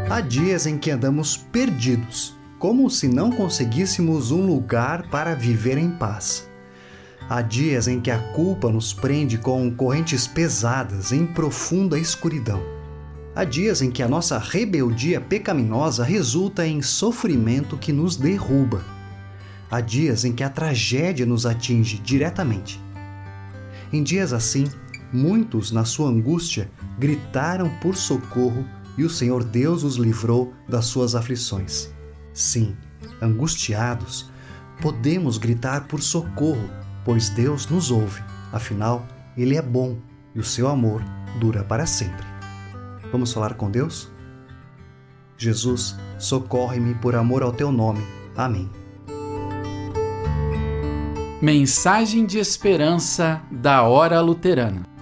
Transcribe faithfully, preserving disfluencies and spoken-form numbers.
Há dias em que andamos perdidos, como se não conseguíssemos um lugar para viver em paz. Há dias em que a culpa nos prende com correntes pesadas em profunda escuridão. Há dias em que a nossa rebeldia pecaminosa resulta em sofrimento que nos derruba. Há dias em que a tragédia nos atinge diretamente. Em dias assim, muitos, na sua angústia, gritaram por socorro e o Senhor Deus os livrou das suas aflições. Sim, angustiados, podemos gritar por socorro, pois Deus nos ouve. Afinal, Ele é bom e o seu amor dura para sempre. Vamos falar com Deus? Jesus, socorre-me por amor ao teu nome. Amém. Mensagem de esperança da Hora Luterana.